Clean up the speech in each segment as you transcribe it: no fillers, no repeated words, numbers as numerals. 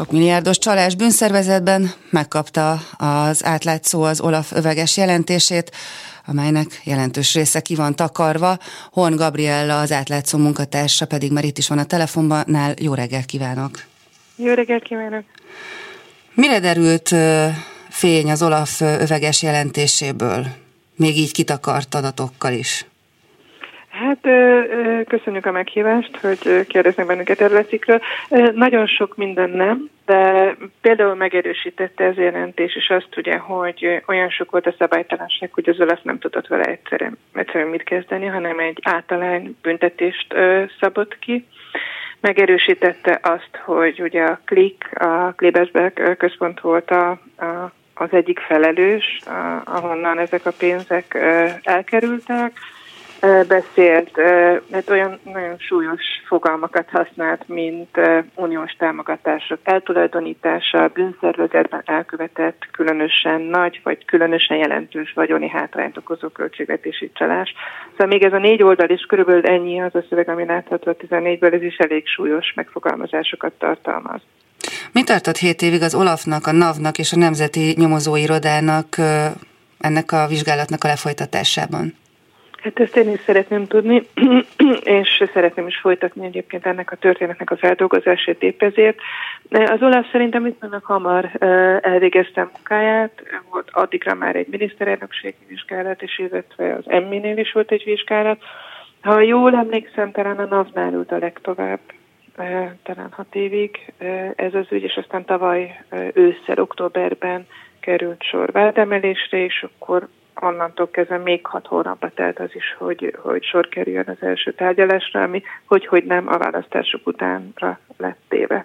sok milliárdos csalás bűnszervezetben megkapta az átlátszó az OLAF öveges jelentését, amelynek jelentős része ki van takarva. Horn Gabriella, az átlátszó munkatársa pedig már itt is van a telefonnál. Jó reggelt kívánok! Jó reggelt kívánok! Mire derült fény az OLAF öveges jelentéséből? Még így kitakart adatokkal is. Hát köszönjük a meghívást, hogy kérdeznek bennünket erről a cikkről. Nagyon sok minden nem, de például megerősítette ez a jelentés is azt, ugye, hogy olyan sok volt a szabálytalanság, hogy az OLAF nem tudott vele egyszerűen mit kezdeni, hanem egy általány büntetést szabott ki. Megerősítette azt, hogy ugye a Klebersberg központ volt az egyik felelős, ahonnan ezek a pénzek elkerültek. Beszélt, mert olyan nagyon súlyos fogalmakat használt, mint uniós támogatások eltulajdonítása, bűnszervezetben elkövetett különösen nagy, vagy különösen jelentős vagyoni hátrányt okozó költségvetési csalás. Szóval még ez a 4 oldal is körülbelül ennyi az a szöveg, ami látható a 14-ből, ez is elég súlyos megfogalmazásokat tartalmaz. Mi tartott 7 évig az OLAF-nak, a NAV-nak és a Nemzeti Nyomozóirodának ennek a vizsgálatnak a lefolytatásában? Hát ezt én is szeretném tudni, és szeretném is folytatni egyébként ennek a történetnek a feldolgozását épp ezért. Az OLAF szerintem viszonylag hamar elvégezte a munkáját, volt addigra már egy miniszterelnökségi vizsgálat, és illetve az EMMI-nél is volt egy vizsgálat. Ha jól emlékszem, talán a NAV-nál ült a legtovább, talán 6 évig ez az ügy, és aztán tavaly ősszel, októberben került sor vádemelésre, és akkor onnantól kezdve még 6 hónapba telt az is, hogy sor kerüljön az első tárgyalásra, ami hogy nem a választások utánra lett téve.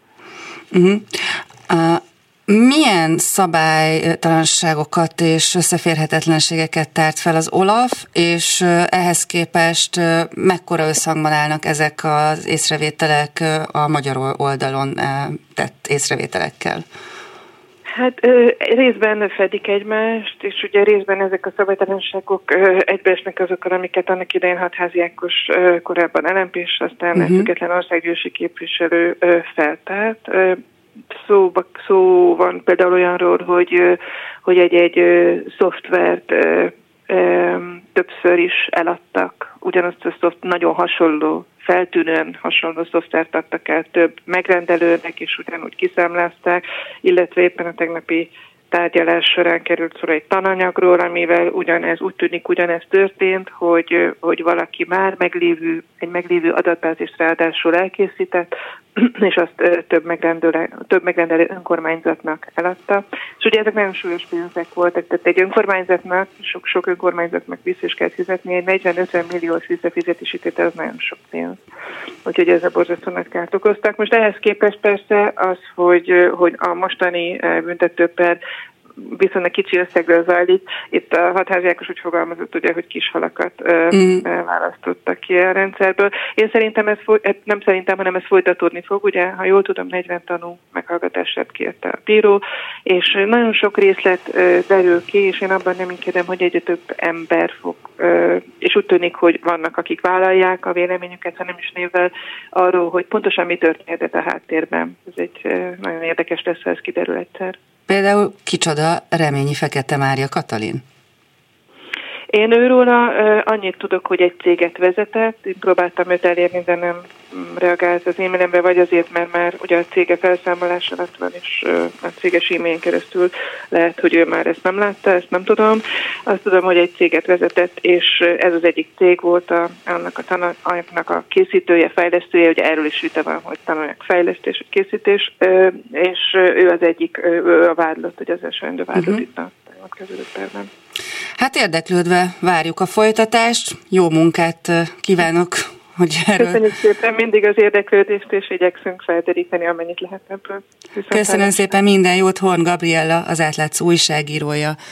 Milyen szabálytalanságokat és összeférhetetlenségeket tárt fel az OLAF, és ehhez képest mekkora összhangban állnak ezek az észrevételek a magyar oldalon tett észrevételekkel? Hát részben fedik egymást, és ugye részben ezek a szabálytalanságok egybeesnek azokkal, amiket annak idején Hatházi Ákos korábban LMP-s, aztán független országgyűlési képviselő feltárt. Szó van például olyanról, hogy egy szoftvert többször is eladtak, ugyanazt a nagyon hasonló, feltűnően hasonló szoftvert adtak el több megrendelőnek, és ugyanúgy kiszámlázták, illetve éppen a tegnapi tárgyalás során került szó egy tananyagról, amivel úgy tűnik ugyanez történt, hogy valaki már egy meglévő adatbázist ráadásul elkészített, és azt több megrendelő önkormányzatnak eladta. És ugye ezek nagyon súlyos pénzek voltak, tehát egy önkormányzatnak, sok önkormányzatnak vissza is kell fizetni, egy 40-50 milliós visszafizetési tétel az nagyon sok pénz. Úgyhogy ezzel borzasztó nagy kárt okoztak. Most ehhez képest persze az, hogy a mostani büntetőper viszonylag kicsi összegről zajlik. Itt a Hatházi Ákos úgy fogalmazott, ugye, hogy kis halakat választottak ki a rendszerből. Én szerintem hanem ez folytatódni fog. Ugye, ha jól tudom, 40 tanú meghallgatását kérte a bíró, és nagyon sok részlet derül ki, és én abban nem inkedem, hogy egyre több ember fog, és úgy tűnik, hogy vannak, akik vállalják a véleményüket, ha nem is névvel arról, hogy pontosan mi történt a háttérben. Ez egy nagyon érdekes lesz, ha ez kiderül egyszer. Például kicsoda Reményi Fekete Mária Katalin? Én őróla annyit tudok, hogy egy céget vezetett, én próbáltam őt elérni, de nem reagált az e-mailemre, vagy azért, mert már ugye a cége felszámolás alatt van, és a céges e-mailén keresztül lehet, hogy ő már ezt nem látta, ezt nem tudom. Azt tudom, hogy egy céget vezetett, és ez az egyik cég volt annak a tananyagnak a készítője, fejlesztője, ugye erről is vita van, hogy tananyag fejlesztés, vagy készítés, és ő az egyik, ő a vádlott, hogy az elsőrendű vádlott itt a kezdődött perben. Hát érdeklődve várjuk a folytatást, jó munkát kívánok, hogy erről... Köszönjük szépen mindig az érdeklődést, és igyekszünk felderíteni, amennyit lehet ebből. Köszönöm szépen, minden jót, Horn Gabriella, az átlátszó újságírója.